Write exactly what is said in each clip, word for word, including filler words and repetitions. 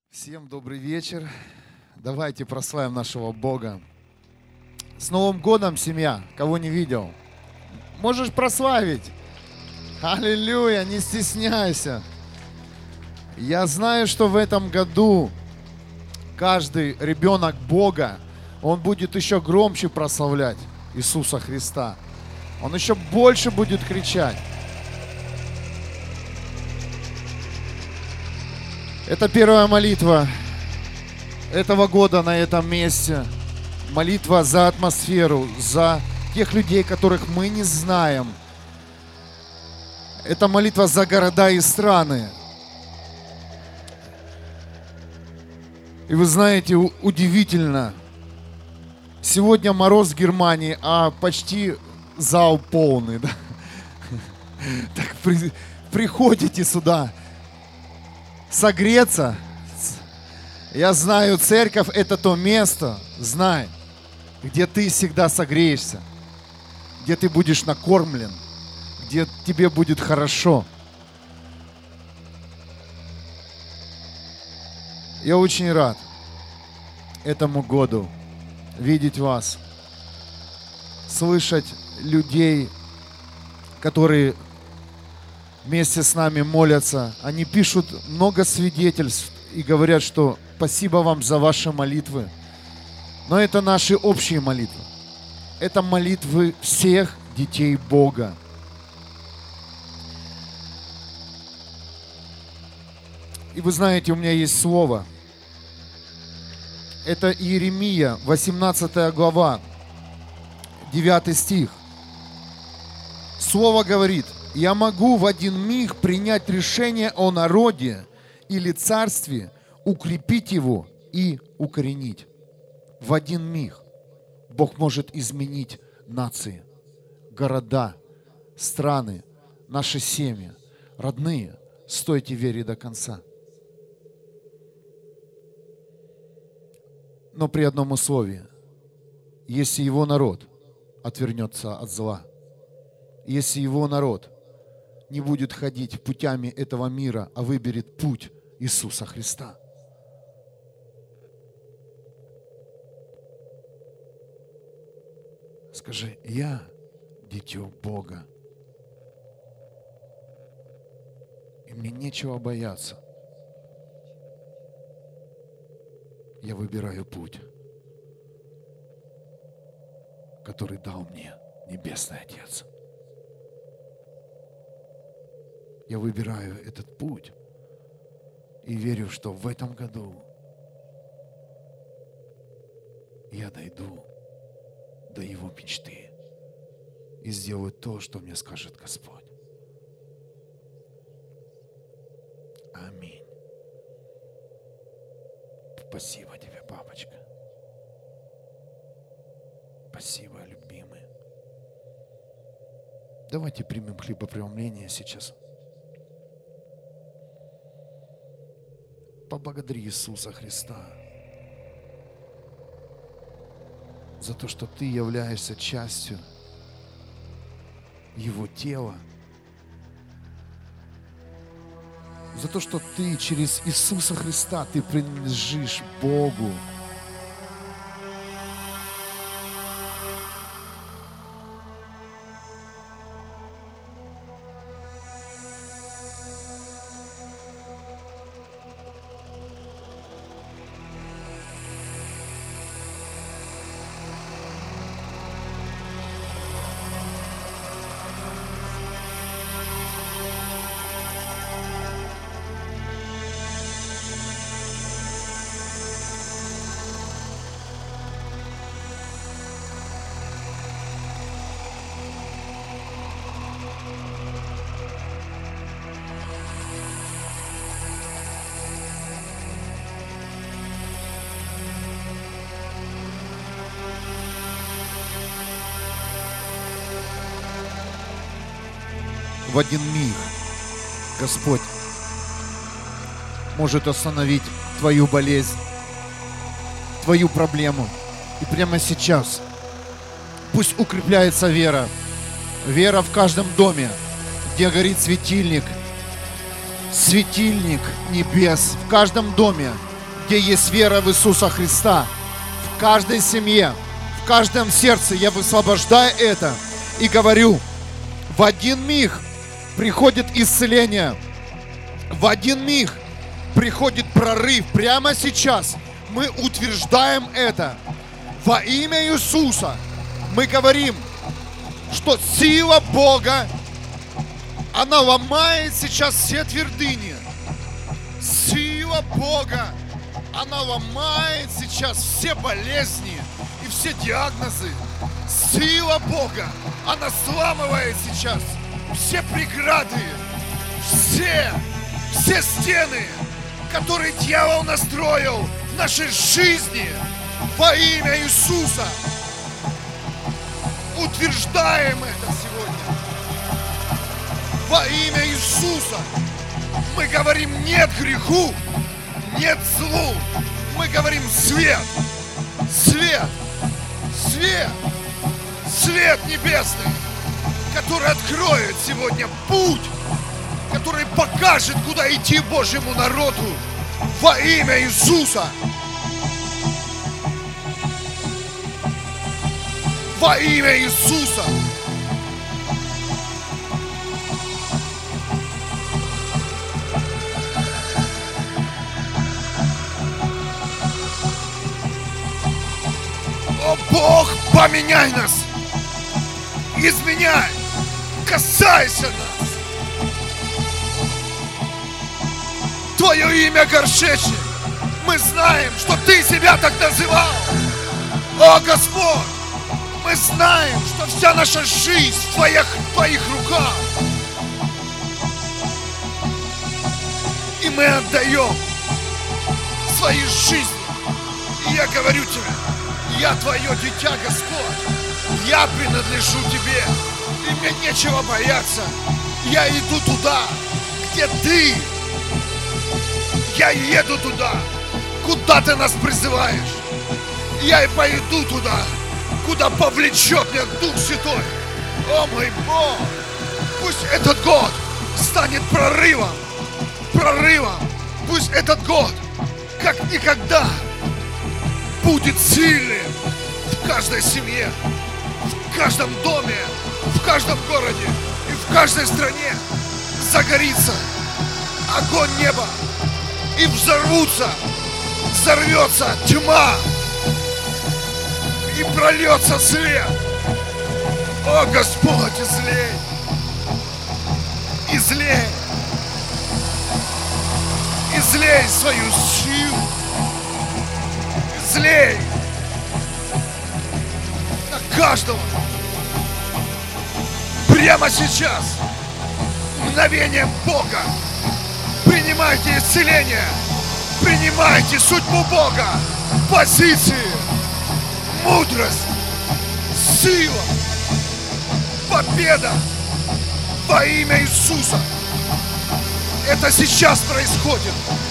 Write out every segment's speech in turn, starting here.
Всем добрый вечер. Давайте прославим нашего Бога. С Новым годом, семья! Кого не видел? Можешь прославить. Аллилуйя, не стесняйся. Я знаю, что в этом году каждый ребенок Бога, он будет еще громче прославлять Иисуса Христа. Он еще больше будет кричать. Это первая молитва этого года на этом месте. Молитва за атмосферу, за тех людей, которых мы не знаем. Это молитва за города и страны. И вы знаете, удивительно. Сегодня мороз в Германии, а почти зал полный. Да? Так при, приходите сюда согреться. Я знаю, церковь — это то место, знай, где ты всегда согреешься, где ты будешь накормлен, где тебе будет хорошо. Я очень рад этому году видеть вас, слышать людей, которые вместе с нами молятся. Они пишут много свидетельств и говорят, что спасибо вам за ваши молитвы. Но это наши общие молитвы. Это молитвы всех детей Бога. И вы знаете, у меня есть слово. Это Иеремия, восемнадцатая глава, девятый стих. Слово говорит: «Я могу в один миг принять решение о народе или царстве, укрепить его и укоренить». В один миг Бог может изменить нации, города, страны, наши семьи. Родные, стойте в вере до конца. Но при одном условии: если его народ отвернется от зла, если его народ не будет ходить путями этого мира, а выберет путь Иисуса Христа. Скажи: я дитё Бога, и мне нечего бояться. Я выбираю путь, который дал мне Небесный Отец. Я выбираю этот путь и верю, что в этом году я дойду до Его мечты и сделаю то, что мне скажет Господь. Аминь. Спасибо тебе, папочка. Спасибо, любимый. Давайте примем хлебопреломление сейчас. Поблагодари Иисуса Христа за то, что ты являешься частью Его тела, за то, что ты через Иисуса Христа ты принадлежишь Богу. В один миг Господь может остановить твою болезнь, твою проблему. И прямо сейчас пусть укрепляется вера. Вера в каждом доме, где горит светильник. Светильник небес в каждом доме, где есть вера в Иисуса Христа. В каждой семье, в каждом сердце я высвобождаю это и говорю, в один миг приходит исцеление, в один миг приходит прорыв. Прямо сейчас мы утверждаем это. Во имя Иисуса мы говорим, что сила Бога, она ломает сейчас все твердыни. Сила Бога, она ломает сейчас все болезни и все диагнозы. Сила Бога, она сламывает сейчас все преграды, все, все стены, которые дьявол настроил в нашей жизни. Во имя Иисуса утверждаем это сегодня. Во имя Иисуса мы говорим нет греху, нет злу. Мы говорим свет, свет, свет, свет небесный, который откроет сегодня путь, который покажет, куда идти Божьему народу. Во имя Иисуса. Во имя Иисуса. О Бог, поменяй нас. Изменяй. Касайся нас. Твое имя горшечник. Мы знаем, что Ты себя так называл. О Господь. Мы знаем, что вся наша жизнь в Твоих, в Твоих руках. И мы отдаем свои жизни. И я говорю Тебе, я Твое дитя, Господь. Я принадлежу Тебе. И мне нечего бояться. Я иду туда, где Ты. Я еду туда, куда Ты нас призываешь. Я и пойду туда, куда повлечет меня Дух Святой. О мой Бог! Пусть этот год станет прорывом, прорывом. Пусть этот год, как никогда, будет сильным в каждой семье, в каждом доме, в каждом городе и в каждой стране. Загорится огонь неба и взорвутся, взорвется тьма. И прольется свет. О, Господь, излей. Излей. Излей свою силу. Излей на каждого. Прямо сейчас. Мгновением Бога. Принимайте исцеление. Принимайте судьбу Бога. Позиции. Мудрость, сила, победа во имя Иисуса. Это сейчас происходит.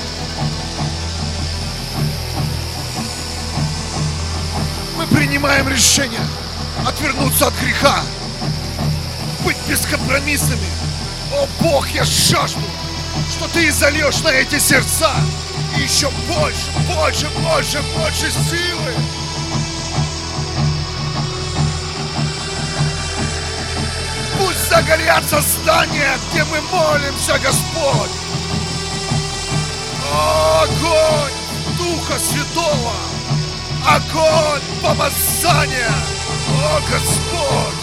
Мы принимаем решение отвернуться от греха, быть бескомпромиссными. О Бог, я жажду, что Ты изольешь на эти сердца и еще больше, больше, больше, больше силы. Пусть загорятся здания, где мы молимся, Господь. О, огонь Духа Святого, огонь помазания. О, Господь.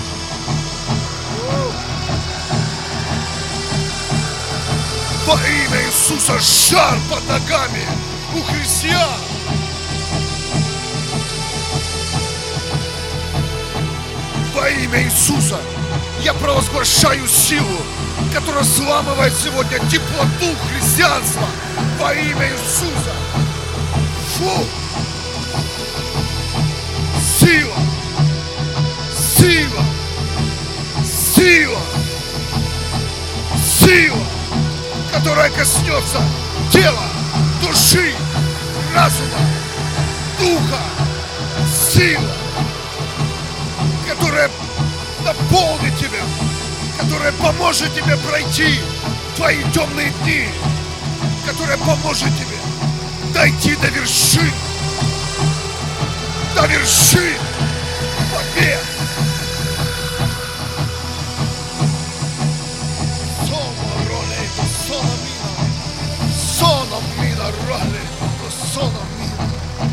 Во имя Иисуса жар под ногами у христиан. Во имя Иисуса я провозглашаю силу, которая сламывает сегодня теплоту христианства. Во имя Иисуса. Фу! Сила! Сила! Сила! Сила! Которая коснется тела, души, разума, духа. Сила! Которая наполнит тебя, которая поможет тебе пройти твои темные дни, которая поможет тебе дойти до вершин, до вершин побед. Sono mina role, sono mina.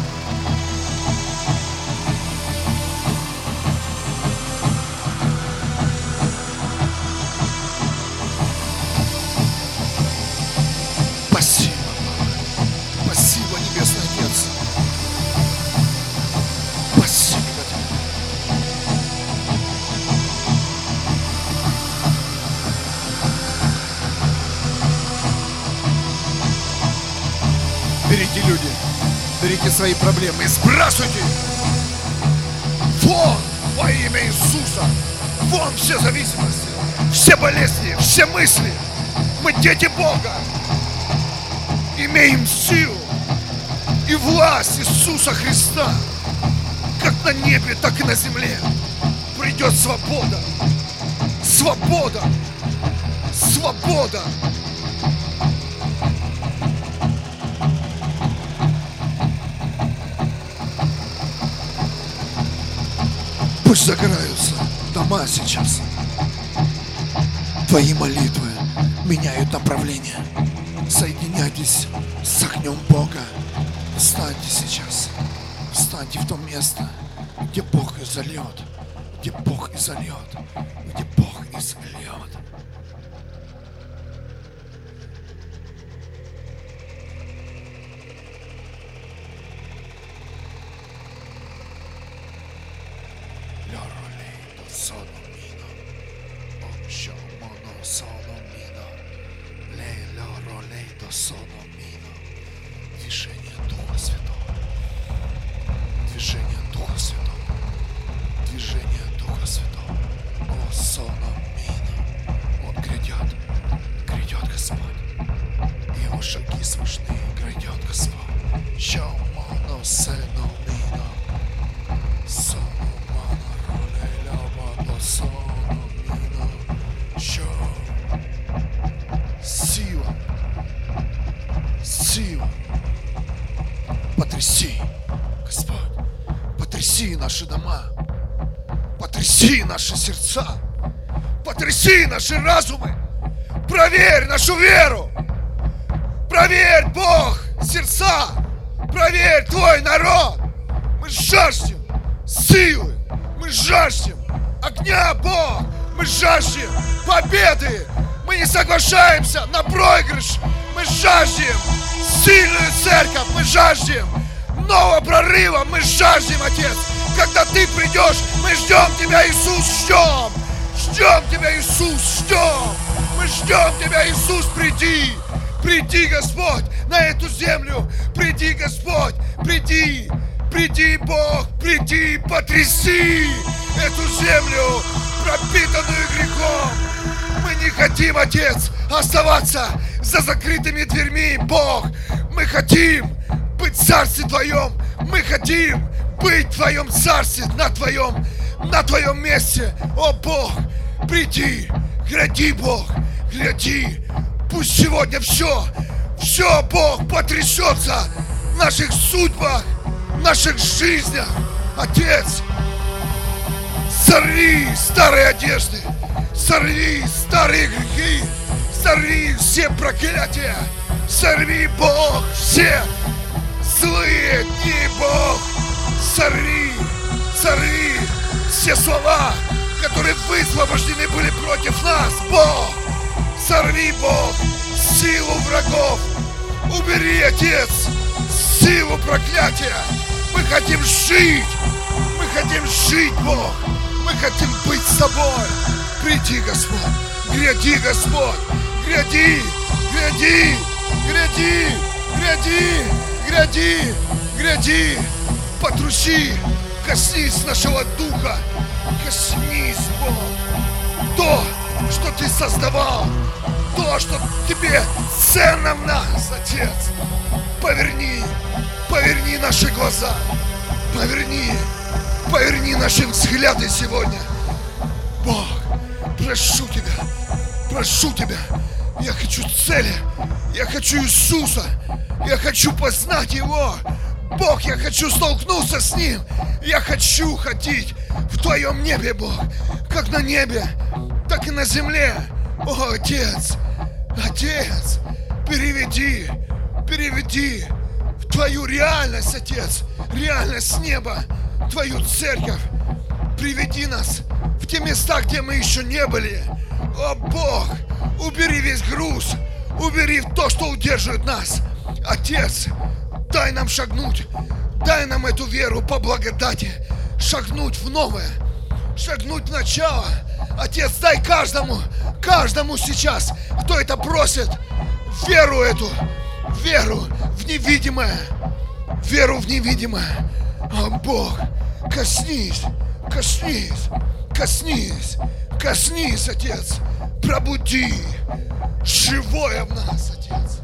Спасибо, спасибо, Небесный Отец. Спасибо тебе. Берите, люди, берите свои проблемы и сбрасывайте. Вон во имя Иисуса. Вон все зависимости, все болезни, все мысли. Мы дети Бога. Имеем силу и власть Иисуса Христа. Как на небе, так и на земле. Придет свобода. Свобода. Свобода. Пусть загораются дома сейчас. Твои молитвы меняют направление. Соединяйтесь с огнем Бога. Встаньте сейчас. Встаньте в то место, где Бог изольет. Где Бог изольет. Где Бог изольет. Движение Духа Святого. Движение Духа Святого. Движение Духа Святого. О, соно мина. Он грядет. Грядет Господь. Его шаги слышны. Грядет Господь. Шо моно сено мина. Соно мана роле ляба. Соно мина. Шо. Сила. Сила. Потряси, Господь, потряси наши дома, потряси наши сердца, потряси наши разумы, проверь нашу веру, проверь, Бог, сердца, проверь Твой народ. Мы жаждем силы, мы жаждем огня, Бог, мы жаждем победы, мы не соглашаемся на проигрыш, мы жаждем сильную церковь, мы жаждем нового прорыва, мы жаждем, Отец. Когда Ты придешь, мы ждем Тебя, Иисус, ждем. Ждем Тебя, Иисус, ждем. Мы ждем Тебя, Иисус, приди. Приди, Господь, на эту землю. Приди, Господь, приди. Приди, Бог, приди, потряси эту землю, пропитанную грехом. Мы не хотим, Отец, оставаться за закрытыми дверьми, Бог. Мы хотим быть в Царстве Твоем. Мы хотим быть в Твоем Царстве, на Твоем, на Твоем месте. О, Бог, приди, гряди, Бог, гряди. Пусть сегодня все, все, Бог, потрясется в наших судьбах, в наших жизнях. Отец, сорви старые одежды, сорви старые грехи, сорви все проклятия, сорви, Бог, все злые дни, Бог, сорви, сорви все слова, которые высвобождены были против нас, Бог, сорви, Бог, силу врагов, убери, Отец, силу проклятия. Мы хотим жить, мы хотим жить, Бог, мы хотим быть с Тобой. Приди, Господь, гряди, Господь, гряди, гряди, гряди, гряди, гряди, гряди, потряси, коснись нашего духа, коснись, Бог, то, что Ты создавал, то, что Тебе ценно в нас, Отец. Поверни, поверни наши глаза, поверни, поверни наши взгляды сегодня. Бог, прошу Тебя, прошу Тебя, я хочу цели, я хочу Иисуса, Я хочу познать Его. Бог, я хочу столкнуться с Ним. Я хочу ходить в Твоем небе, Бог. Как на небе, так и на земле. О, Отец, Отец, переведи, переведи в Твою реальность, Отец. Реальность неба, Твою церковь. Приведи нас в те места, где мы еще не были. О, Бог, убери весь груз. Убери то, что удерживает нас. Отец, дай нам шагнуть. Дай нам эту веру по благодати. Шагнуть в новое. Шагнуть в начало. Отец, дай каждому, каждому сейчас, кто это просит, веру эту. Веру в невидимое. Веру в невидимое. О, Бог, коснись, коснись, коснись, коснись, Отец. Пробуди живое в нас, Отец.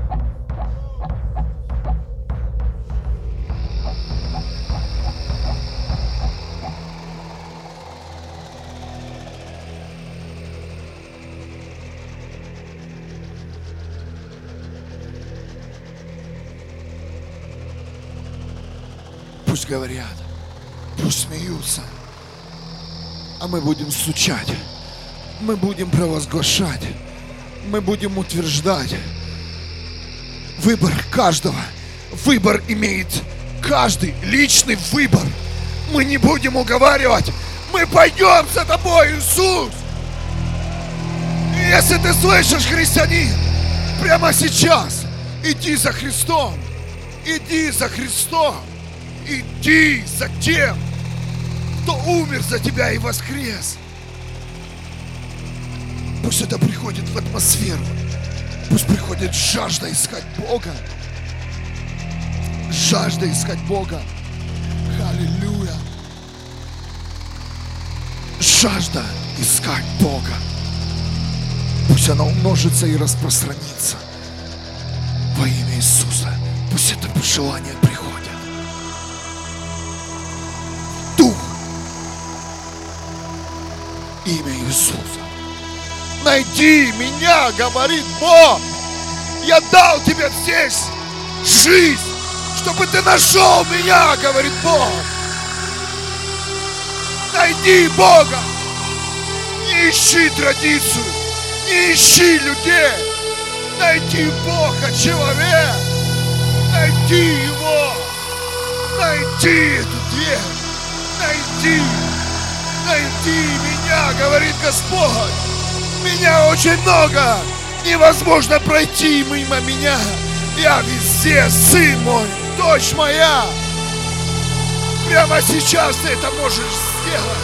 Пусть говорят, пусть смеются, а мы будем стучать, мы будем провозглашать, мы будем утверждать. Выбор каждого, выбор имеет каждый, личный выбор. Мы не будем уговаривать, мы пойдем за Тобой, Иисус. И если ты слышишь, христианин, прямо сейчас иди за Христом, иди за Христом. Иди за тем, кто умер за тебя и воскрес. Пусть это приходит в атмосферу. Пусть приходит жажда искать Бога. Жажда искать Бога. Аллилуйя. Жажда искать Бога. Пусть она умножится и распространится во имя Иисуса. Пусть это пожелание приходит. Дух, имя Иисуса. Найди меня, говорит Бог. Я дал тебе здесь жизнь, чтобы ты нашел меня, говорит Бог. Найди Бога. Не ищи традицию, не ищи людей. Найди Бога, человек. Найди Его. Найди эту дверь. Найди, найди меня, говорит Господь. Меня очень много. Невозможно пройти мимо меня. Я везде, сын мой, дочь моя. Прямо сейчас ты это можешь сделать.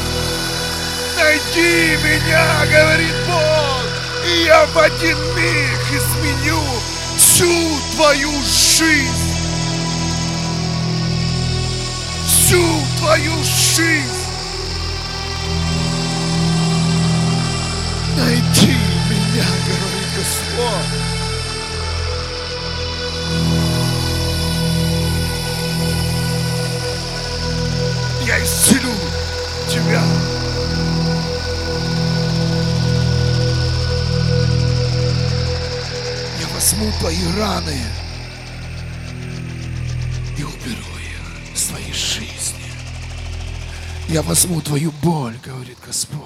Найди меня, говорит Бог, и я в один миг изменю всю твою жизнь. Всю твою жизнь. Найди меня, говорит Господь. Я исцелю тебя. Я возьму твои раны и уберу их из твоей жизни. Я возьму твою боль, говорит Господь,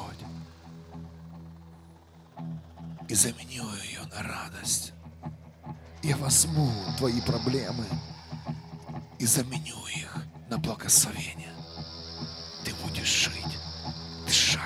и заменю ее на радость. Я возьму твои проблемы и заменю их на благословение. Ты будешь жить, дышать.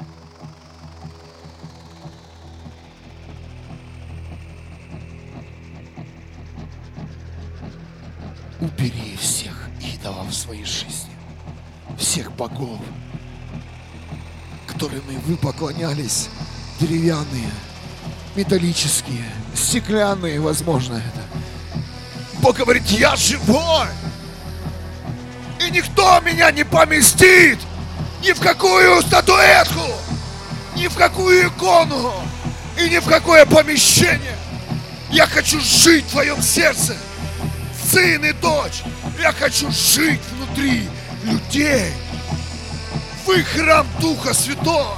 Убери всех идолов в своей жизни, всех богов, которыми вы поклонялись, деревянные, металлические, стеклянные, возможно, это. Бог говорит, я живой, и никто меня не поместит ни в какую статуэтку, ни в какую икону, и ни в какое помещение. Я хочу жить в твоем сердце, сын и дочь. Я хочу жить внутри людей, в их храм Духа Святого.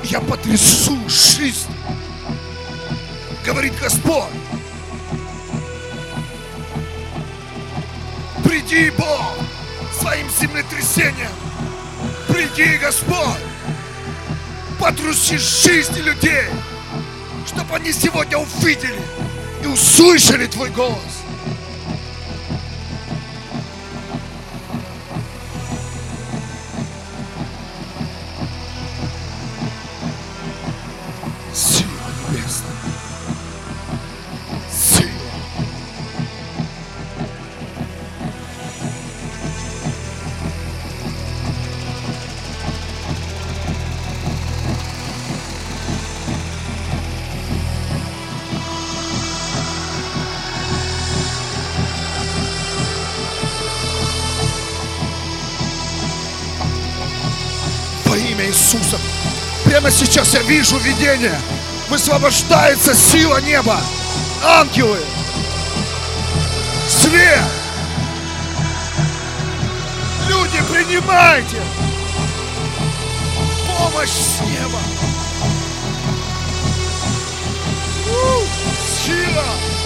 Я потрясу жизнь, говорит Господь. Приди, Бог, своим землетрясением. Приди, Господь, потряси жизни людей, чтобы они сегодня увидели и услышали Твой голос. Сила небесная. Сила. Во имя Иисуса. Прямо сейчас я вижу видение. Высвобождается сила неба. Ангелы. Свет. Люди, принимайте помощь с неба. У, сила.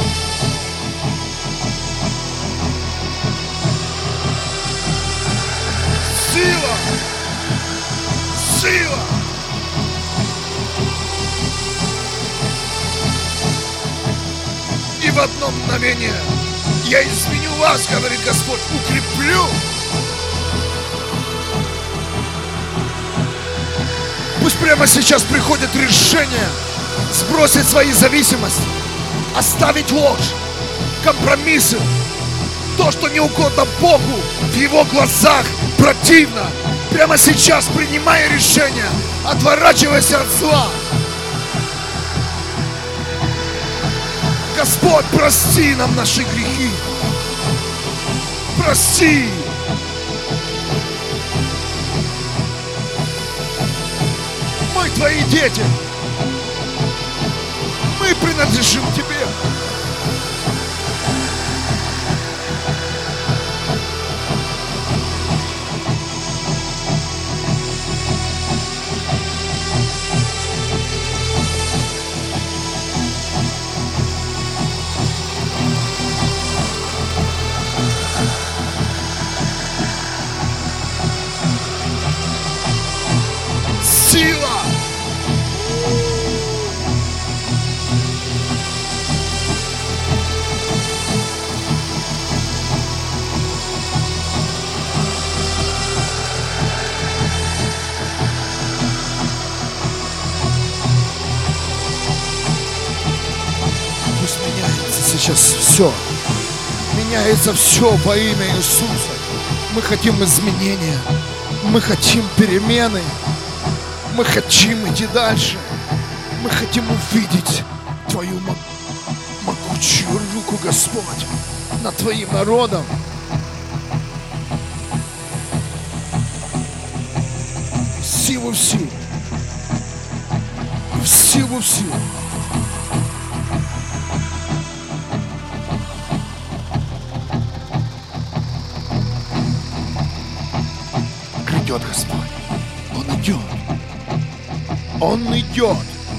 Сила. Сила. И в одно мгновение я изменю вас, говорит Господь, укреплю. Пусть прямо сейчас приходит решение сбросить свои зависимости, оставить ложь, компромиссы, то, что не угодно Богу, в Его глазах противно. Прямо сейчас, принимая решение, отворачивайся от зла. Господь, прости нам наши грехи. Прости. Мы Твои дети. Мы принадлежим Тебе. Сила! Пусть меняется сейчас все. Меняется все во имя Иисуса. Мы хотим изменения. Мы хотим перемены. Мы хотим идти дальше. Мы хотим увидеть Твою могучую руку, Господь, над Твоим народом. Силу в силу. В силу в силу. Грядет Господь. Он идет. Он идет.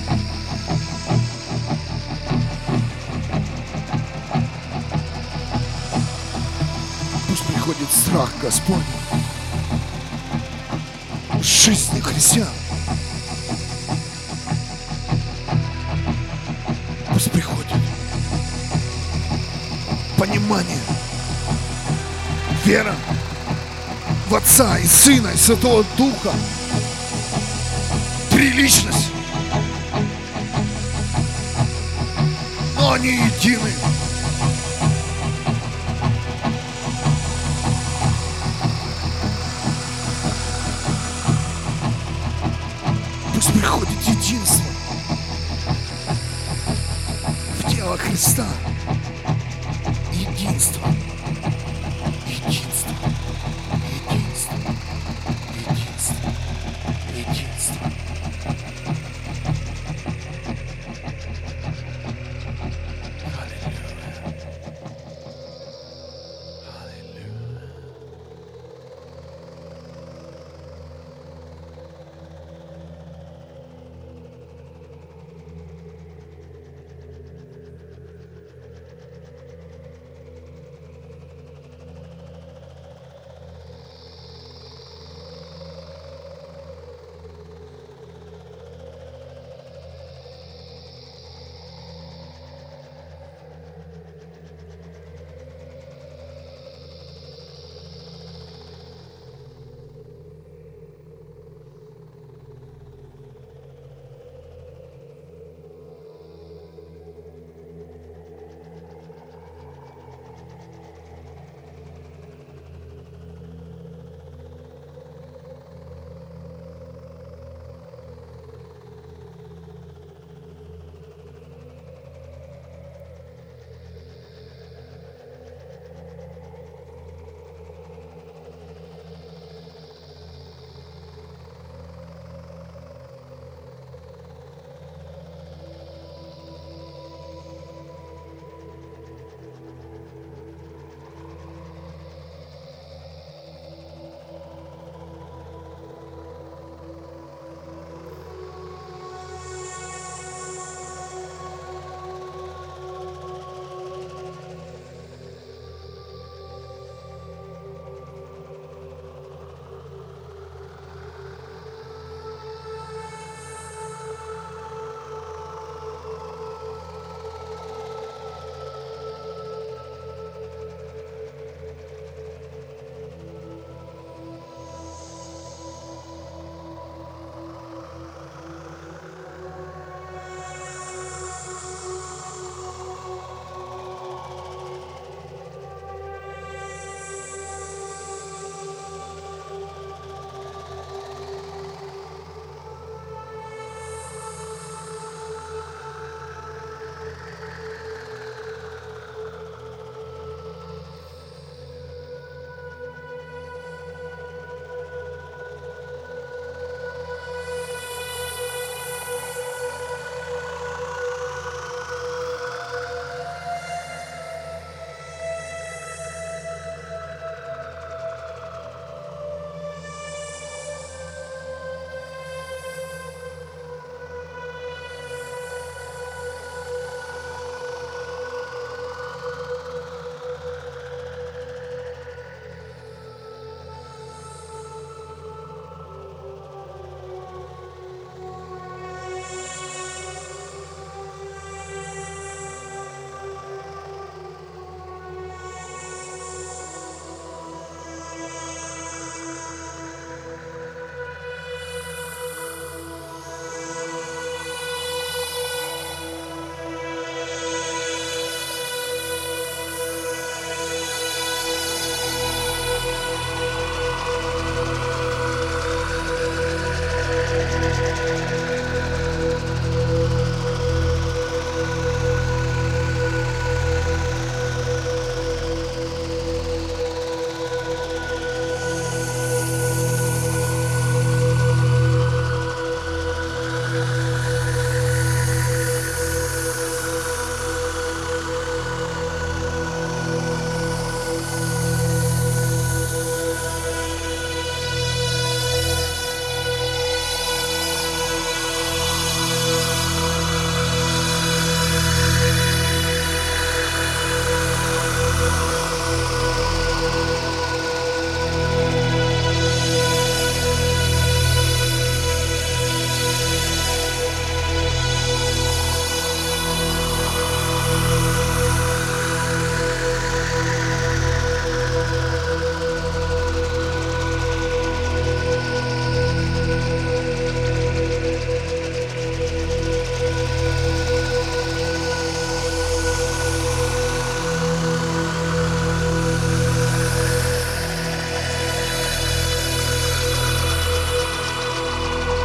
Пусть приходит страх Господень в жизни христиан. Пусть приходит понимание, вера в Отца и Сына и Святого Духа. Личность, но они едины. Пусть приходит единство в тело Христа. Единство. Единство. Единство. Единство. Единство.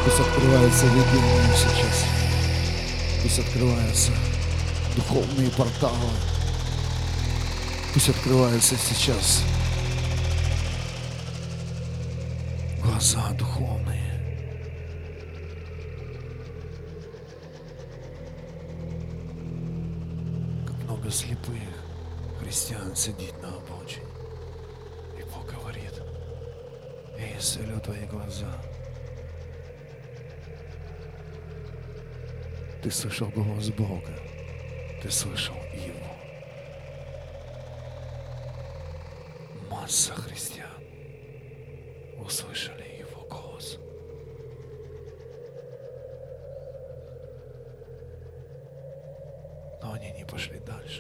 Пусть открывается видение сейчас. Пусть открываются духовные порталы. Пусть открываются сейчас глаза духовные. Как много слепых христиан сидит на обочине. И Бог говорит: я исцелю твои глаза. Ты слышал голос Бога. Ты слышал Его. Масса христиан услышали Его голос. Но они не пошли дальше.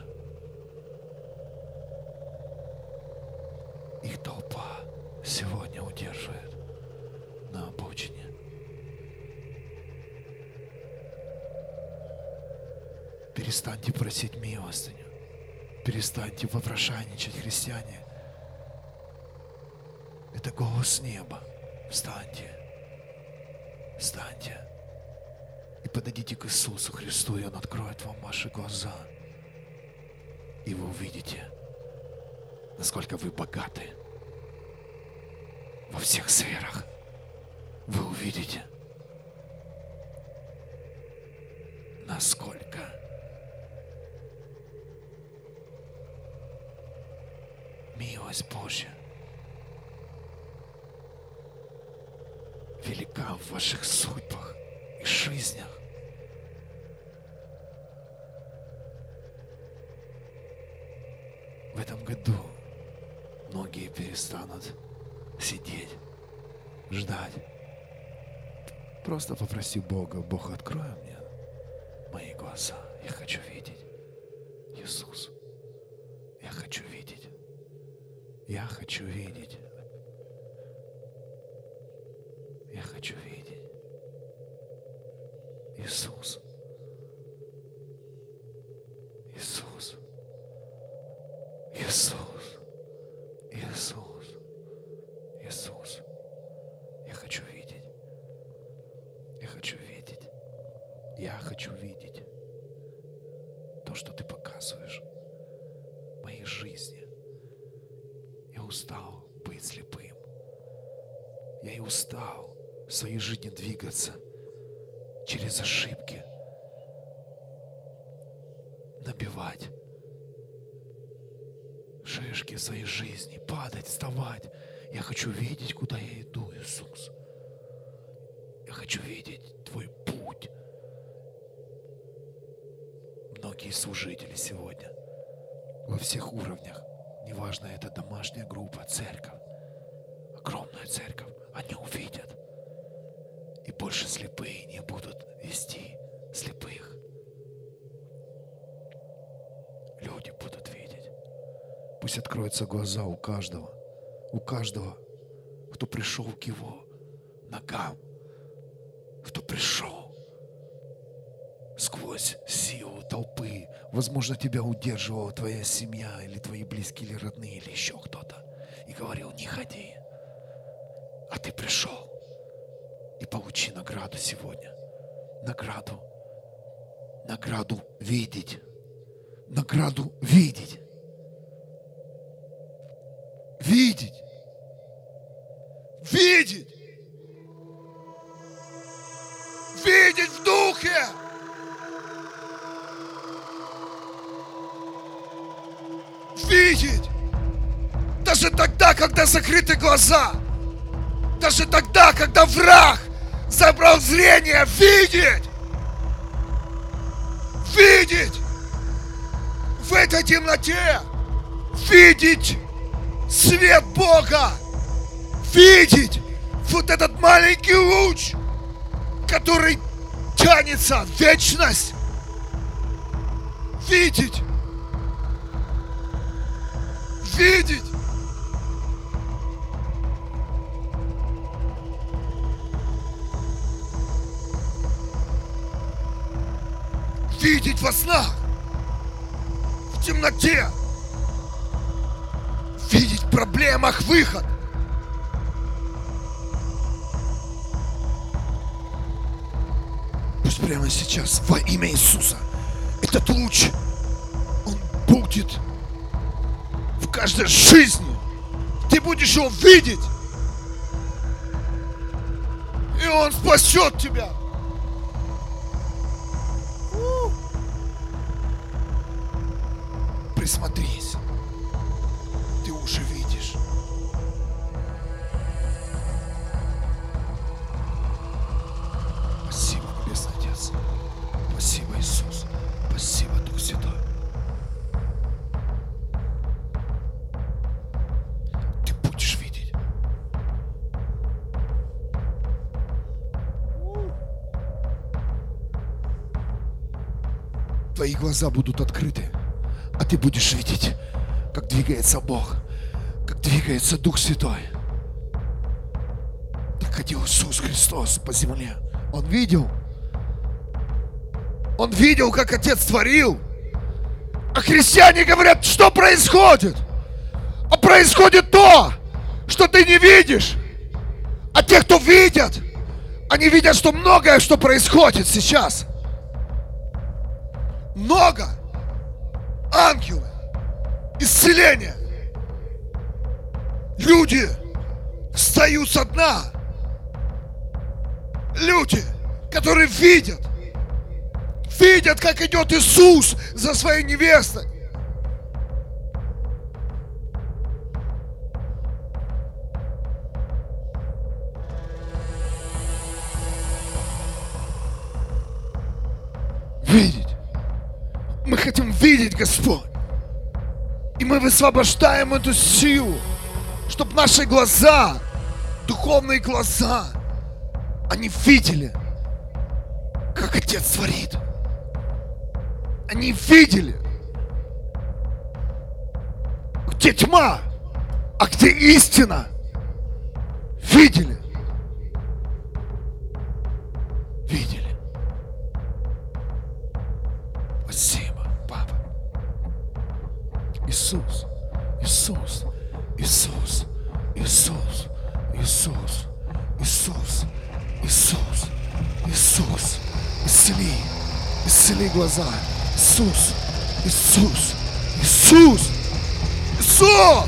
Их толпа сегодня удерживает на обочине. Перестаньте просить милостыню. Перестаньте попрошайничать, христиане. Это голос неба. Встаньте. Встаньте. И подойдите к Иисусу Христу, и Он откроет вам ваши глаза. И вы увидите, насколько вы богаты во всех сферах. Вы увидите, насколько милость Божья велика в ваших судьбах и жизнях. В этом году многие перестанут сидеть, ждать. Просто попроси Бога: Бог, открой мне мои глаза. Я хочу видеть Иисус. Я хочу видеть. Я хочу видеть. Я хочу видеть. Иисус. Иисус. Иисус. Иисус. Иисус. Я хочу видеть. Я хочу видеть. Я хочу видеть то, что Ты показываешь в моей жизни. Я устал быть слепым. Я и устал в своей жизни двигаться через ошибки, набивать шишки в своей жизни, падать, вставать. Я хочу видеть, куда я иду, Иисус. Я хочу видеть Твой путь. Многие служители сегодня во всех уровнях, неважно, это домашняя группа, церковь, огромная церковь, они увидят. И больше слепые не будут вести слепых. Люди будут видеть. Пусть откроются глаза у каждого, у каждого, кто пришел к Его ногам, кто пришел сквозь силу толпы. Возможно, тебя удерживала твоя семья, или твои близкие, или родные, или еще кто-то, и говорил: не ходи. А ты пришел. И получи награду сегодня. Награду. Награду видеть. Награду видеть. Видеть. Видеть. Видеть в духе. Видеть. Даже тогда, когда закрыты глаза. Даже тогда, когда враг забрал зрение, видеть, видеть в этой темноте, видеть свет Бога, видеть вот этот маленький луч, который тянется в вечность, видеть, видеть. Видеть во снах, в темноте, видеть в проблемах выход. Пусть прямо сейчас во имя Иисуса этот луч, он будет в каждой жизни. Ты будешь его видеть. И он спасет тебя. Присмотрись. Ты уже видишь. Спасибо, Небесный Отец. Спасибо, Иисус. Спасибо, Дух Святой. Ты будешь видеть. Твои глаза будут открыты, а ты будешь видеть, как двигается Бог, как двигается Дух Святой. Так ходил Иисус Христос по земле. Он видел. Он видел, как Отец творил. А христиане говорят, что происходит? А происходит то, что ты не видишь. А те, кто видят, они видят, что многое, что происходит сейчас. Много. Ангелы. Исцеление. Люди встают со дна. Люди, которые видят. Видят, как идет Иисус за своей невестой. Видеть. Мы хотим видеть, Господь. И мы высвобождаем эту силу, чтобы наши глаза, духовные глаза, они видели, как Отец творит. Они видели, где тьма, а где истина. Видели. Видели. Спасибо, Папа. Иисус, Иисус, Иисус, Иисус, Иисус, Иисус, Иисус, Иисус, исцели, исцели глаза. Иисус, Иисус, Иисус, Иисус!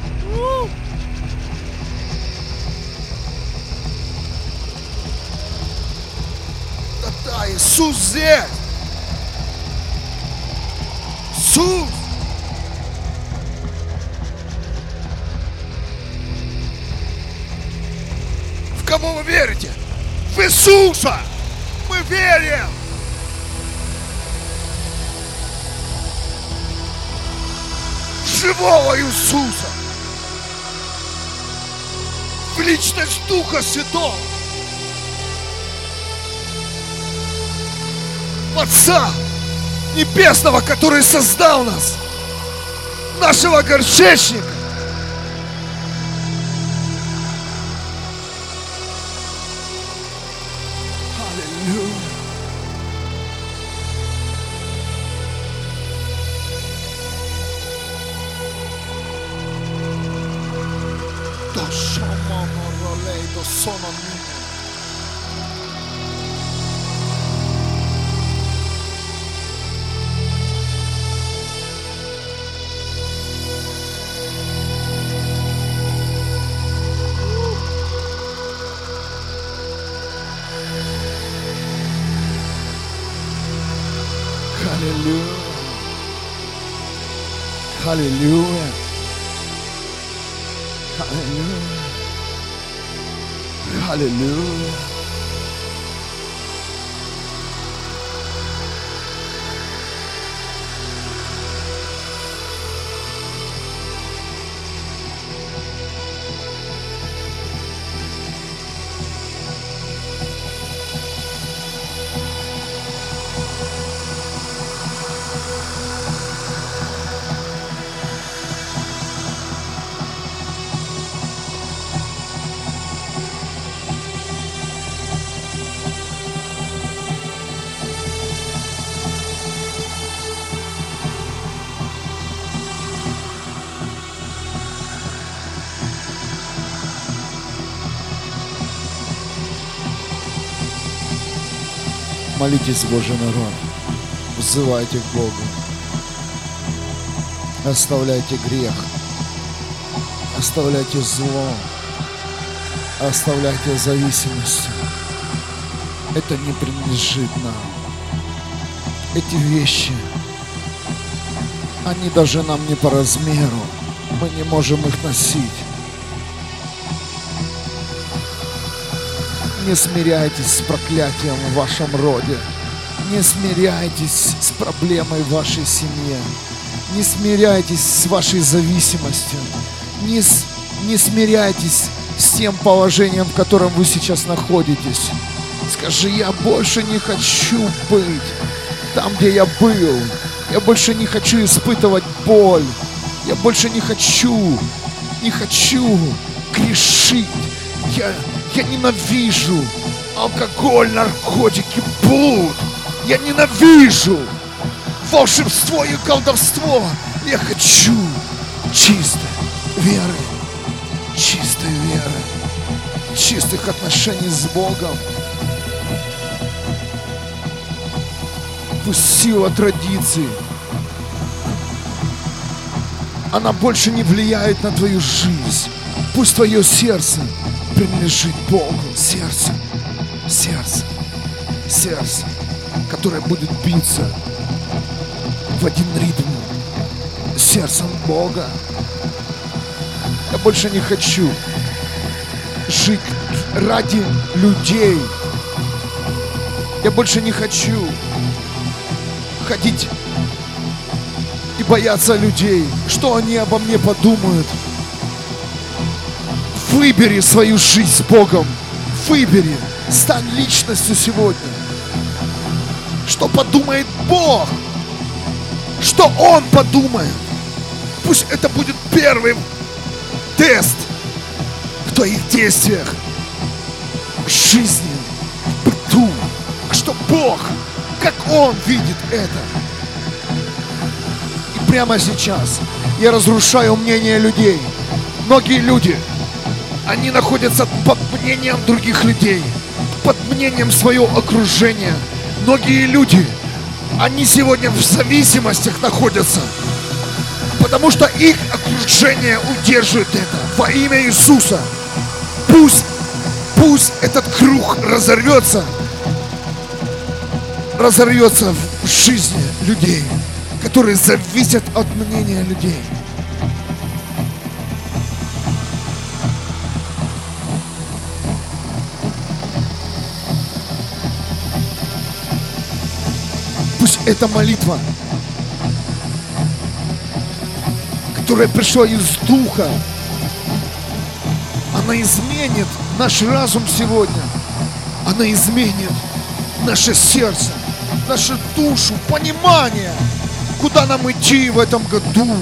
Да-да, Иисус здесь! Иисус! В кого вы верите? В Иисуса! Мы верим! Живого Иисуса, в личность Духа Святого, Отца Небесного, который создал нас, нашего горшечника. Аллилуйя. Sono mio. Hallelujah. Hallelujah. Hallelujah. Hallelujah. Молитесь, Божий народ. Взывайте к Богу. Оставляйте грех. Оставляйте зло. Оставляйте зависимость. Это не принадлежит нам. Эти вещи, они даже нам не по размеру. Мы не можем их носить. Не смиряйтесь с проклятием в вашем роде. Не смиряйтесь с проблемой в вашей семье. Не смиряйтесь с вашей зависимостью. Не, с, не смиряйтесь с тем положением, в котором вы сейчас находитесь. Скажи: я больше не хочу быть там, где я был. Я больше не хочу испытывать боль. Я больше не хочу, не хочу грешить. Я, я ненавижу алкоголь, наркотики, блуд. Я ненавижу волшебство и колдовство. Я хочу чистой веры, чистой веры, чистых отношений с Богом. Пусть сила традиций, она больше не влияет на твою жизнь. Пусть твое сердце принадлежит Богу. Сердце, сердце, сердце, которое будет биться в один ритм сердцем Бога. Я больше не хочу жить ради людей. Я больше не хочу ходить и бояться людей, что они обо мне подумают. Выбери свою жизнь с Богом. Выбери. Стань личностью сегодня. Что подумает Бог? Что Он подумает? Пусть это будет первый тест в твоих действиях, в жизни, в быту. А что Бог, как Он видит это? И прямо сейчас я разрушаю мнение людей. Многие люди, они находятся под мнением других людей, под мнением своего окружения. Многие люди, они сегодня в зависимостях находятся, потому что их окружение удерживает это. Во имя Иисуса пусть, пусть этот круг разорвется, разорвется в жизни людей, которые зависят от мнения людей. Пусть эта молитва, которая пришла из Духа, она изменит наш разум сегодня. Она изменит наше сердце, нашу душу, понимание, куда нам идти в этом году.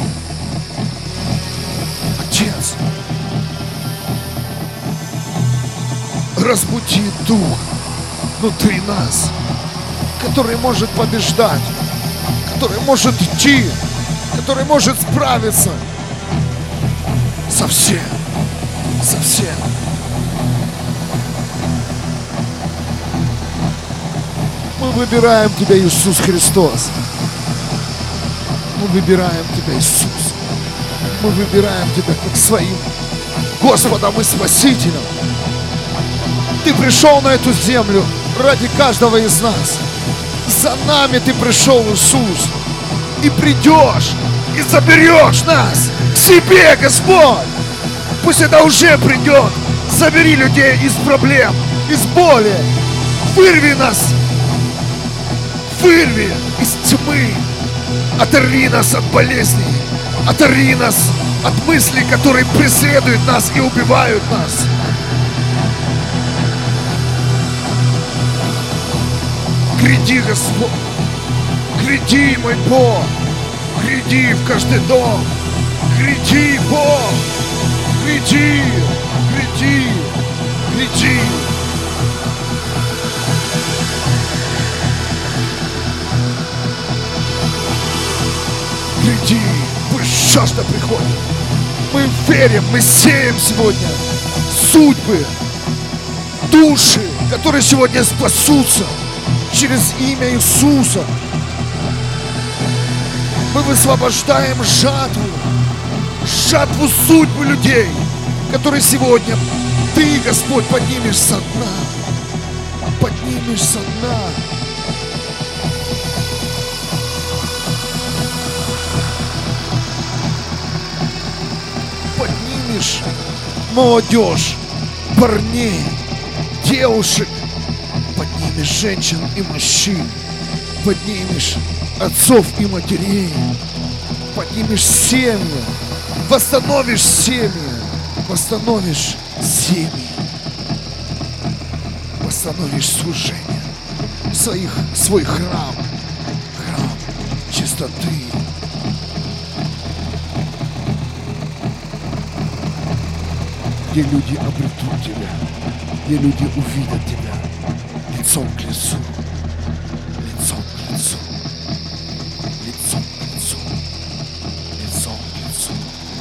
Отец, разбуди дух внутри нас, который может побеждать, который может идти, который может справиться со всем, со всем. Мы выбираем Тебя, Иисус Христос. Мы выбираем Тебя, Иисус. Мы выбираем Тебя как своим Господом и Спасителем. Ты пришел на эту землю ради каждого из нас. За нами Ты пришел, Иисус. И придешь, и заберешь нас к себе, Господь. Пусть это уже придет. Забери людей из проблем, из боли. Вырви нас. Вырви из тьмы. Оторви нас от болезней. Оторви нас от мыслей, которые преследуют нас и убивают нас. Гряди, Господь. Гряди, мой Бог. Гряди в каждый дом. Гряди, Бог. Гряди, гряди, гряди. Гряди, пусть жажда приходит. Мы верим, мы сеем сегодня судьбы, души, которые сегодня спасутся через имя Иисуса мы высвобождаем жатву, жатву судьбы людей, которые сегодня Ты, Господь, поднимешь со дна, поднимешь со дна. Поднимешь молодежь, парней, девушек, поднимешь женщин и мужчин, поднимешь отцов и матерей, поднимешь семьи, восстановишь семьи, восстановишь семьи, восстановишь служение, своих, свой храм, храм чистоты. Где люди обретут Тебя, где люди увидят Тебя лицом к лицу, лицом к лицу, лицом к лицу, лицом к лицу.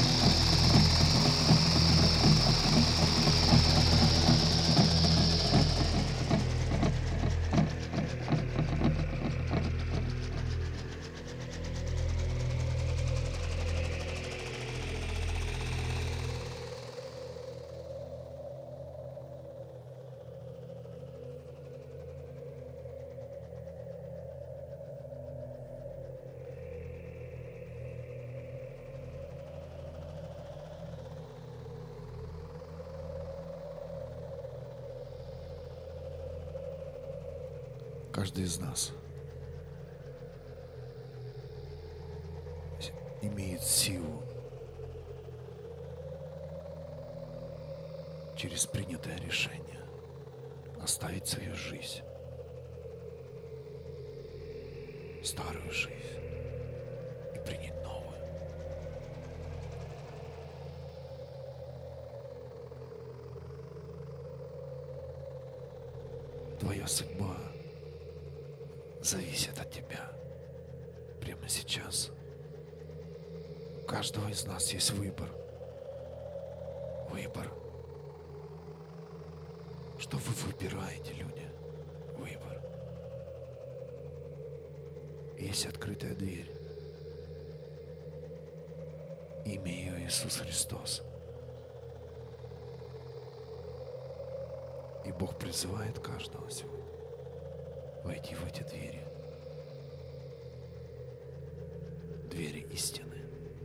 Каждый из нас имеет силу через принятое решение оставить свою жизнь, старую жизнь, и принять новую. Твоя судьба зависит от тебя прямо сейчас. У каждого из нас есть выбор. Выбор. Что вы выбираете, люди? Выбор. Есть открытая дверь. Имя ее Иисус Христос. И Бог призывает каждого сегодня войти в эти двери. Двери истины.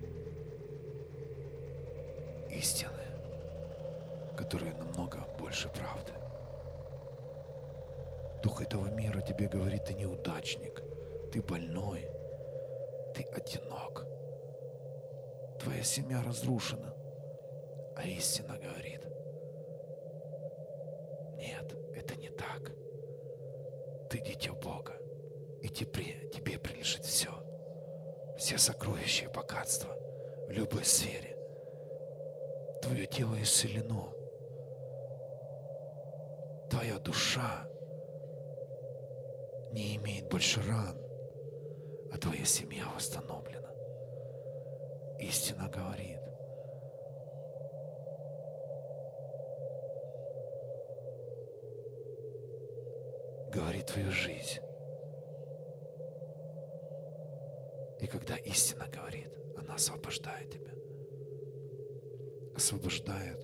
Истины, которые намного больше правды. Дух этого мира тебе говорит: ты неудачник, ты больной, ты одинок, твоя семья разрушена. А истина говорит: нет, это не так. Ты дитя Бога, и тебе, тебе принадлежит все. Все сокровища и богатства в любой сфере. Твое тело исцелено. Твоя душа не имеет больше ран, а твоя семья восстановлена. Истина говорит: говори твою жизнь. И когда истина говорит, она освобождает тебя. Освобождает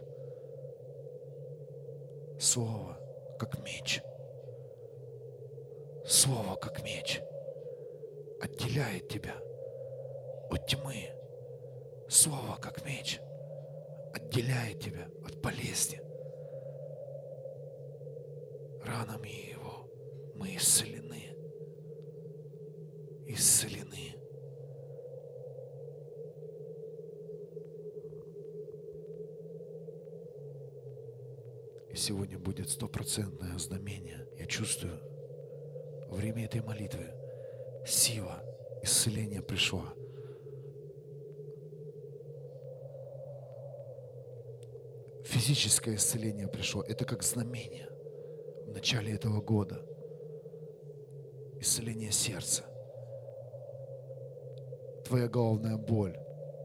слово, как меч. Слово, как меч, отделяет тебя от тьмы. Слово, как меч, отделяет тебя от болезни. Ранами Его мы исцелены. Исцелены. И сегодня будет стопроцентное знамение. Я чувствую, во время этой молитвы сила исцеления пришла. Физическое исцеление пришло. Это как знамение в начале этого года. Исцеление сердца. Твоя головная боль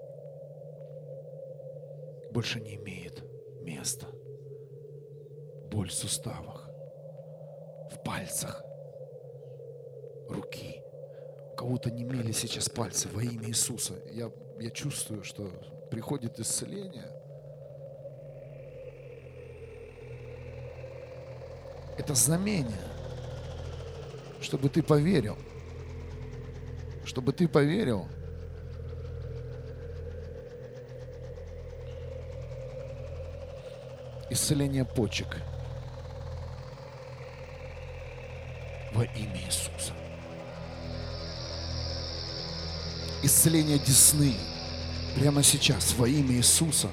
больше не имеет места. Боль в суставах, в пальцах, руки. У кого-то немели сейчас пальцы во имя Иисуса. Я, я чувствую, что приходит исцеление. Это знамение, чтобы ты поверил. Чтобы ты поверил. Исцеление почек во имя Иисуса. Исцеление десны прямо сейчас во имя Иисуса.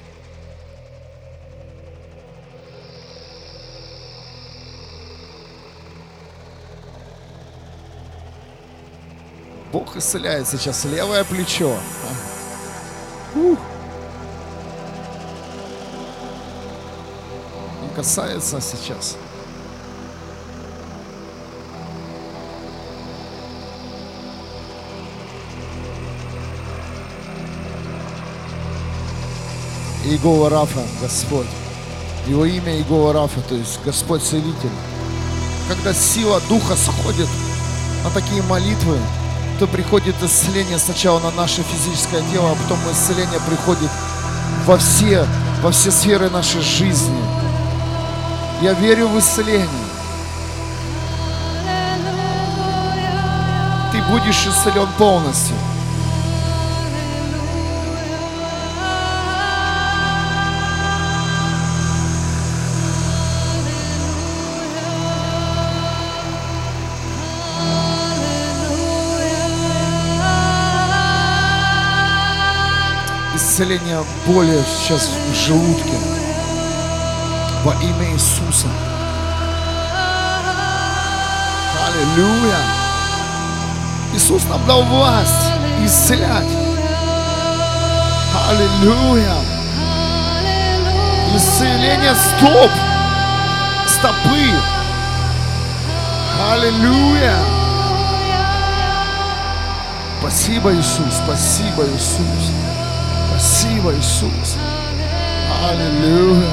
Бог исцеляет сейчас левое плечо. Ух. Он касается сейчас. Иегова Рафа, Господь. Его имя Иегова Рафа, то есть Господь Целитель. Когда сила Духа сходит на такие молитвы, то приходит исцеление сначала на наше физическое тело, а потом исцеление приходит во все, во все сферы нашей жизни. Я верю в исцеление. Ты будешь исцелен полностью. Исцеление боли сейчас в желудке во имя Иисуса. Аллилуйя! Иисус нам дал власть исцелять. Аллилуйя! Исцеление стоп, стопы. Аллилуйя! Спасибо, Иисус, спасибо, Иисус. Спасибо, Иисус. Аллилуйя.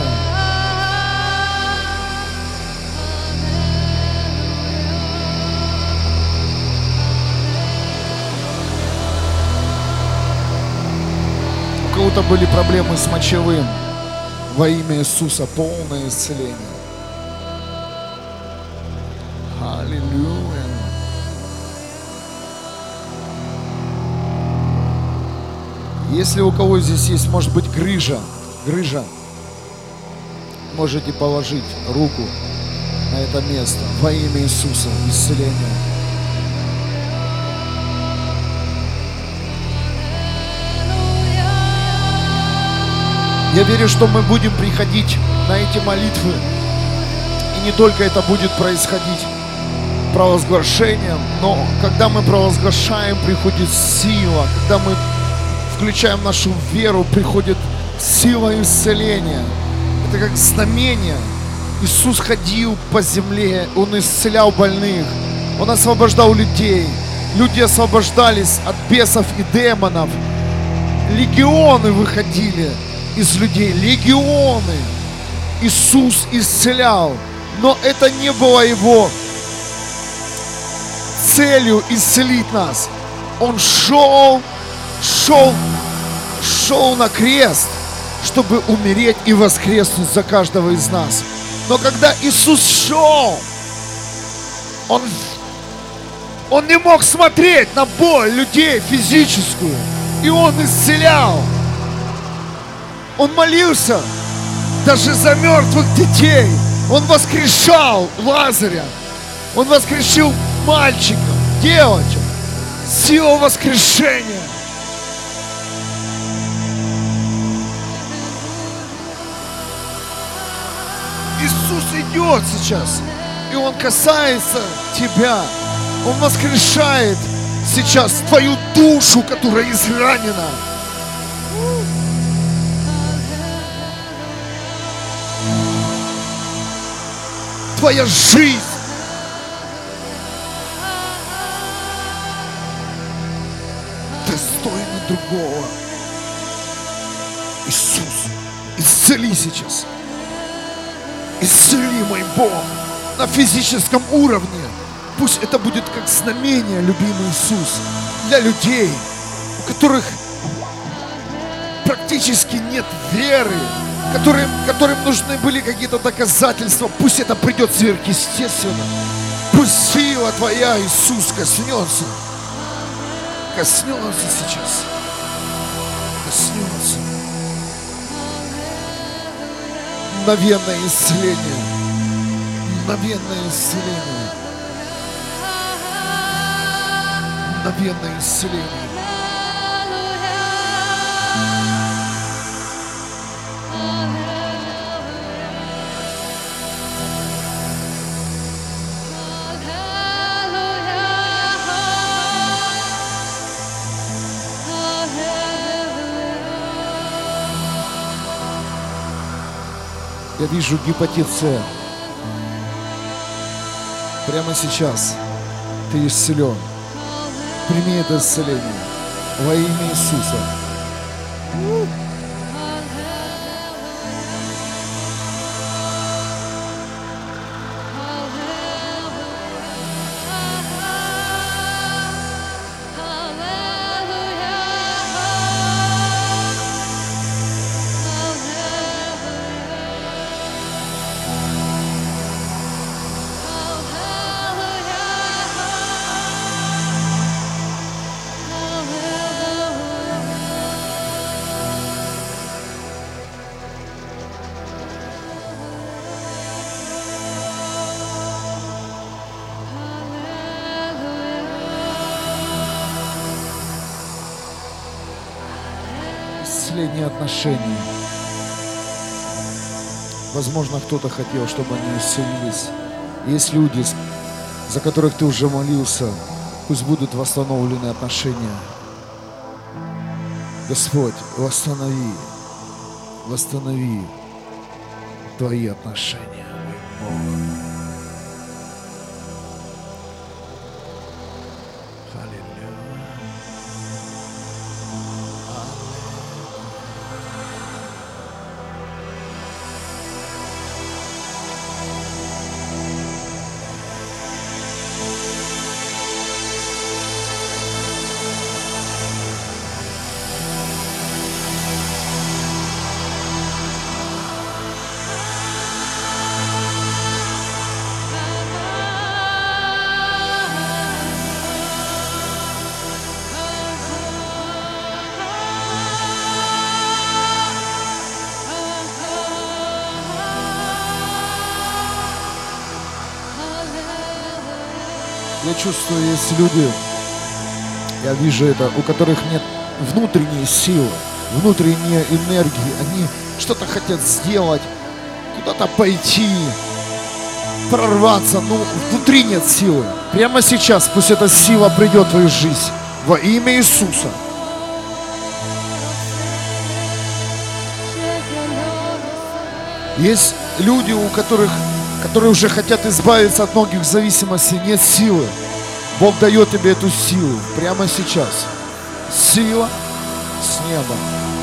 У кого-то были проблемы с мочевым. Во имя Иисуса полное исцеление. Аллилуйя. Если у кого здесь есть, может быть, грыжа, грыжа, можете положить руку на это место во имя Иисуса, исцеление. Я верю, что мы будем приходить на эти молитвы, и не только это будет происходить провозглашением, но когда мы провозглашаем, приходит сила, когда мы включаем нашу веру, приходит сила исцеления. Это как знамение. Иисус ходил по земле, Он исцелял больных, Он освобождал людей. Люди освобождались от бесов и демонов. Легионы выходили из людей, легионы. Иисус исцелял, но это не было Его целью исцелить нас. Он шел шел, шел на крест, чтобы умереть и воскреснуть за каждого из нас. Но когда Иисус шел, Он, он не мог смотреть на боль людей физическую, и Он исцелял. Он молился даже за мертвых детей. Он воскрешал Лазаря. Он воскрешил мальчиков, девочек. Сила воскрешения. Иисус идет сейчас, и Он касается тебя. Он воскрешает сейчас твою душу, которая изранена. Твоя жизнь достойна другого. Иисус, исцели сейчас. Исцели, мой Бог, на физическом уровне. Пусть это будет как знамение, любимый Иисус, для людей, у которых практически нет веры, которым, которым нужны были какие-то доказательства. Пусть это придет сверхъестественно. Пусть сила Твоя, Иисус, коснется. Коснется сейчас. Коснется. Мгновенное исцеление. Мгновенное исцеление. Мгновенное исцеление. Я вижу гепатит С. Прямо сейчас ты исцелен. Прими это исцеление во имя Иисуса. Исцеление отношений. Возможно, кто-то хотел, чтобы они исцелились. Есть люди, за которых ты уже молился. Пусть будут восстановлены отношения. Господь, восстанови, восстанови Твои отношения. Я чувствую, есть люди, я вижу это, у которых нет внутренней силы, внутренней энергии. Они что-то хотят сделать, куда-то пойти, прорваться, но внутри нет силы. Прямо сейчас пусть эта сила придет в твою жизнь во имя Иисуса. Есть люди, у которых которые уже хотят избавиться от многих зависимостей, нет силы. Бог дает тебе эту силу прямо сейчас. Сила с неба.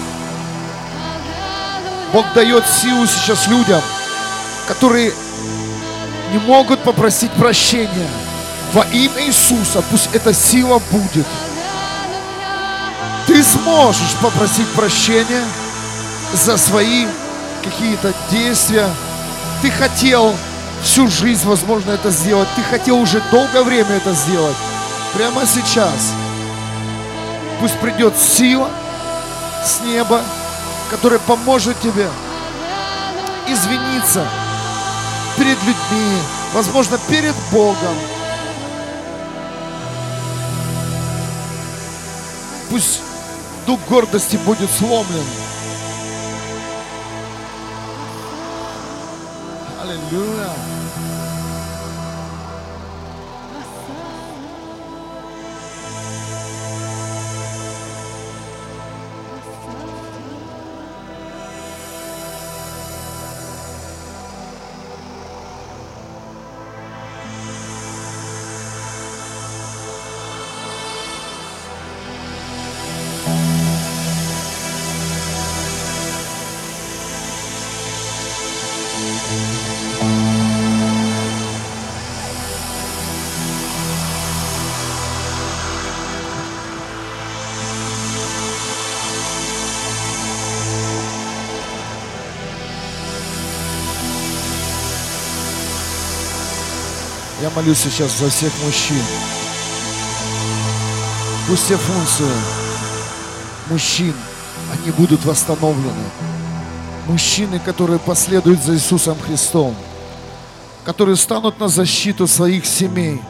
Бог дает силу сейчас людям, которые не могут попросить прощения. Во имя Иисуса пусть эта сила будет. Ты сможешь попросить прощения за свои какие-то действия. Ты хотел всю жизнь, возможно, это сделать. Ты хотел уже долгое время это сделать. Прямо сейчас. Пусть придет сила с неба, которая поможет тебе извиниться перед людьми, возможно, перед Богом. Пусть дух гордости будет сломлен. Аллилуйя. Я молюсь сейчас за всех мужчин. Пусть все функции мужчин, они будут восстановлены. Мужчины, которые последуют за Иисусом Христом, которые станут на защиту своих семей,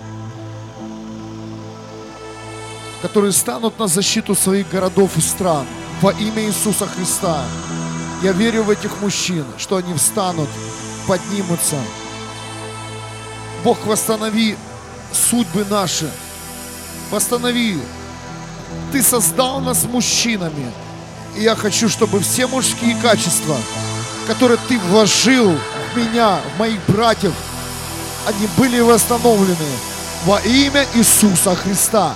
которые станут на защиту своих городов и стран во имя Иисуса Христа. Я верю в этих мужчин, что они встанут, поднимутся. Бог, восстанови судьбы наши. Восстанови. Ты создал нас мужчинами. И я хочу, чтобы все мужские качества, которые Ты вложил в меня, в моих братьев, они были восстановлены во имя Иисуса Христа.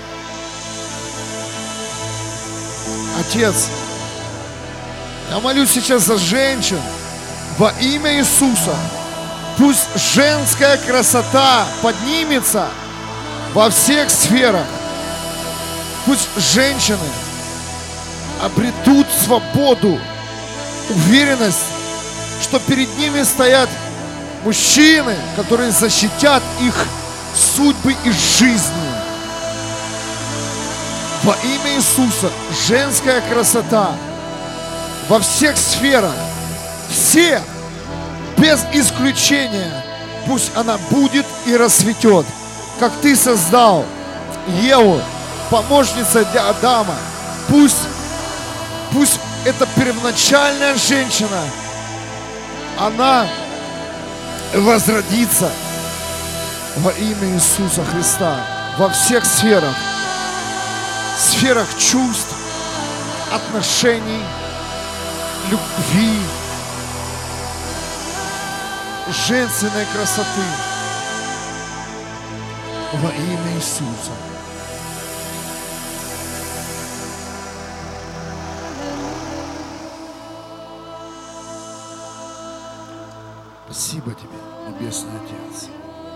Отец, я молюсь сейчас за женщин во имя Иисуса. Пусть женская красота поднимется во всех сферах. Пусть женщины обретут свободу, уверенность, что перед ними стоят мужчины, которые защитят их судьбы и жизни. Во имя Иисуса женская красота во всех сферах, все, без исключения, пусть она будет и расцветет, как Ты создал Еву, помощница для Адама. Пусть, пусть эта первоначальная женщина, она возродится во имя Иисуса Христа во всех сферах, сферах чувств, отношений, любви, женственной красоты во имя Иисуса. Спасибо Тебе, Небесный Отец.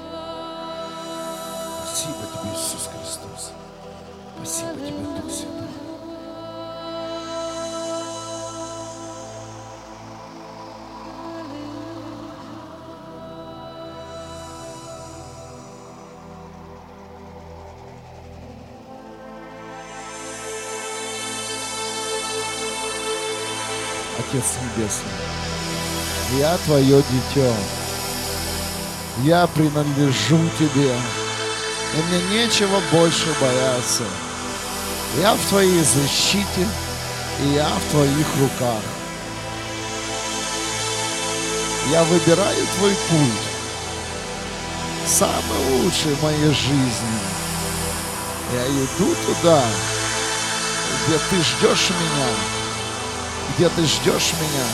Спасибо Тебе, Иисус Христос. Спасибо Тебе, Дух Святой. Отец Небесный, я Твое дитё, я принадлежу Тебе, и мне нечего больше бояться. Я в Твоей защите, и я в Твоих руках. Я выбираю Твой путь, самый лучший в моей жизни. Я иду туда, где Ты ждешь меня, где Ты ждешь меня,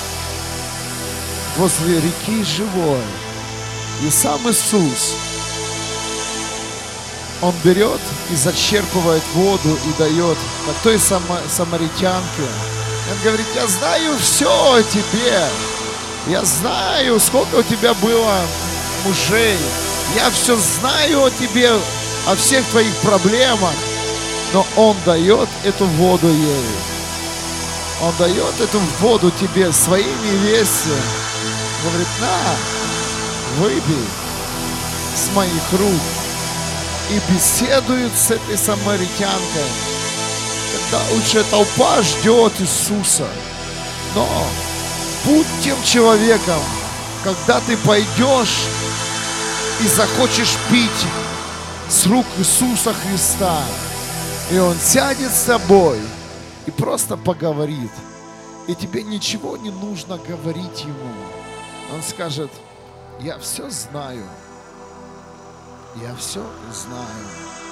возле реки живой. И сам Иисус, Он берет и зачерпывает воду и дает, как той само- самаритянке. Он говорит: я знаю все о тебе, я знаю, сколько у тебя было мужей, я все знаю о тебе, о всех твоих проблемах. Но Он дает эту воду ей. Он дает эту воду тебе, своей невесте. Говорит: на, выпей с моих рук. И беседует с этой самаритянкой, когда лучшая толпа ждет Иисуса. Но будь тем человеком, когда ты пойдешь и захочешь пить с рук Иисуса Христа, и Он сядет с тобой и просто поговорит, и тебе ничего не нужно говорить Ему. Он скажет: я все знаю. Я все знаю.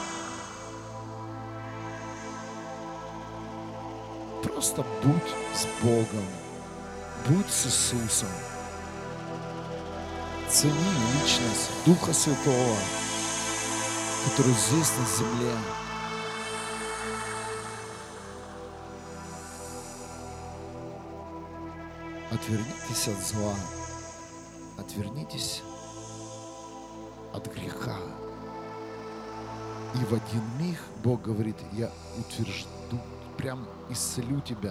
Просто будь с Богом. Будь с Иисусом. Цени личность Духа Святого, который здесь на земле. Отвернитесь от зла. Отвернитесь от греха. И в один миг Бог говорит: я утвержду, прям исцелю тебя.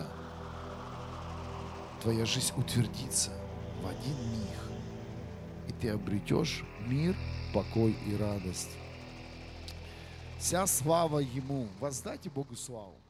Твоя жизнь утвердится в один миг. И ты обретешь мир покой и радость. Вся слава Ему. Воздайте Богу славу.